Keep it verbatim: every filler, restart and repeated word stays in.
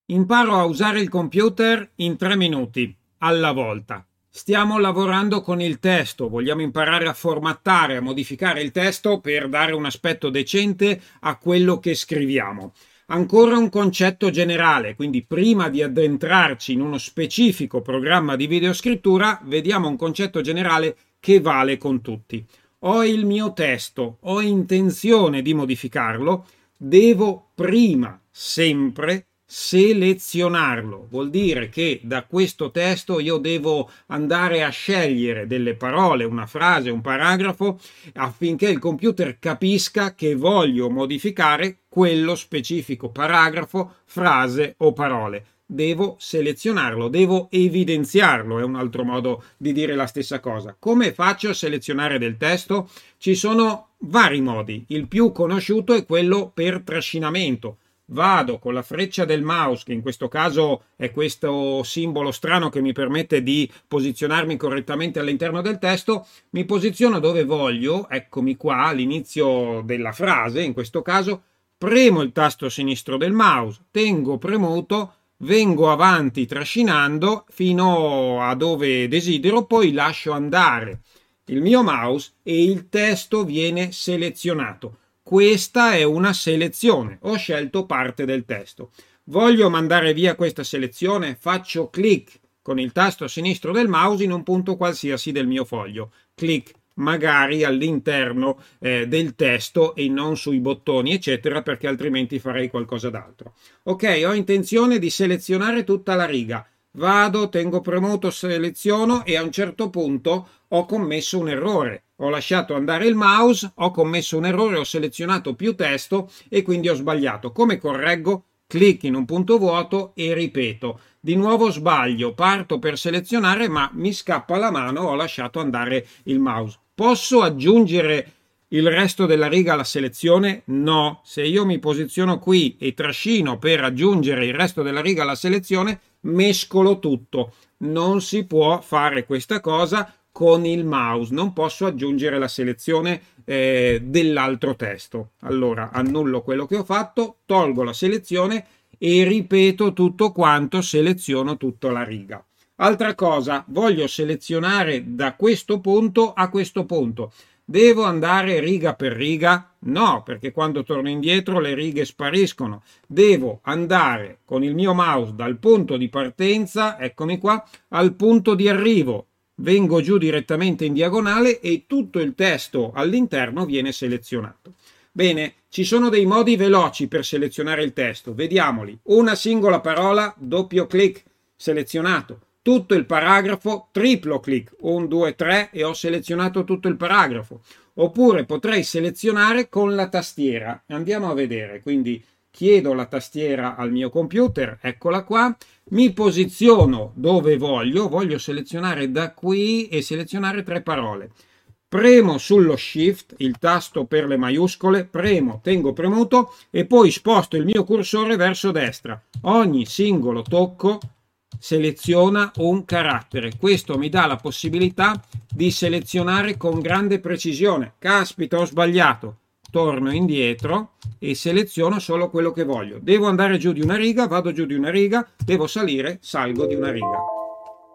Imparo a usare il computer in tre minuti, alla volta. Stiamo lavorando con il testo, vogliamo imparare a formattare, a modificare il testo per dare un aspetto decente a quello che scriviamo. Ancora un concetto generale, quindi prima di addentrarci in uno specifico programma di videoscrittura, vediamo un concetto generale che vale con tutti. Ho il mio testo, ho intenzione di modificarlo, devo prima, sempre, selezionarlo. Vuol dire che da questo testo io devo andare a scegliere delle parole, una frase, un paragrafo, affinché il computer capisca che voglio modificare quello specifico paragrafo, frase o parole. Devo selezionarlo, devo evidenziarlo, è un altro modo di dire la stessa cosa. Come faccio a selezionare del testo? Ci sono vari modi. Il più conosciuto è quello per trascinamento. Vado con la freccia del mouse, che in questo caso è questo simbolo strano che mi permette di posizionarmi correttamente all'interno del testo, mi posiziono dove voglio, eccomi qua all'inizio della frase, in questo caso, premo il tasto sinistro del mouse, tengo premuto, vengo avanti trascinando fino a dove desidero, poi lascio andare il mio mouse e il testo viene selezionato. Questa è una selezione, ho scelto parte del testo. Voglio mandare via questa selezione, faccio clic con il tasto sinistro del mouse in un punto qualsiasi del mio foglio. Clic magari all'interno eh, del testo e non sui bottoni, eccetera, perché altrimenti farei qualcosa d'altro. Ok, ho intenzione di selezionare tutta la riga. Vado, tengo premuto, seleziono e a un certo punto ho commesso un errore. Ho lasciato andare il mouse, ho commesso un errore, ho selezionato più testo e quindi ho sbagliato. Come correggo? Clic in un punto vuoto e ripeto. Di nuovo sbaglio, parto per selezionare ma mi scappa la mano, ho lasciato andare il mouse. Posso aggiungere il resto della riga alla selezione? No. Se io mi posiziono qui e trascino per aggiungere il resto della riga alla selezione, mescolo tutto. Non si può fare questa cosa con il mouse, non posso aggiungere la selezione eh, dell'altro testo. Allora annullo quello che ho fatto, tolgo la selezione e ripeto tutto quanto, seleziono tutta la riga. Altra cosa, voglio selezionare da questo punto a questo punto. Devo andare riga per riga? No, perché quando torno indietro le righe spariscono. Devo andare con il mio mouse dal punto di partenza, eccomi qua, al punto di arrivo. Vengo giù direttamente in diagonale e tutto il testo all'interno viene selezionato. Bene, ci sono dei modi veloci per selezionare il testo, vediamoli. Una singola parola, doppio clic, selezionato. Tutto il paragrafo, triplo clic, uno, due, tre e ho selezionato tutto il paragrafo. Oppure potrei selezionare con la tastiera. Andiamo a vedere, quindi chiedo la tastiera al mio computer, eccola qua, mi posiziono dove voglio, voglio selezionare da qui e selezionare tre parole. Premo sullo Shift, il tasto per le maiuscole, premo, tengo premuto e poi sposto il mio cursore verso destra. Ogni singolo tocco seleziona un carattere. Questo mi dà la possibilità di selezionare con grande precisione. Caspita, ho sbagliato. Torno indietro e seleziono solo quello che voglio. Devo andare giù di una riga, vado giù di una riga, devo salire, salgo di una riga.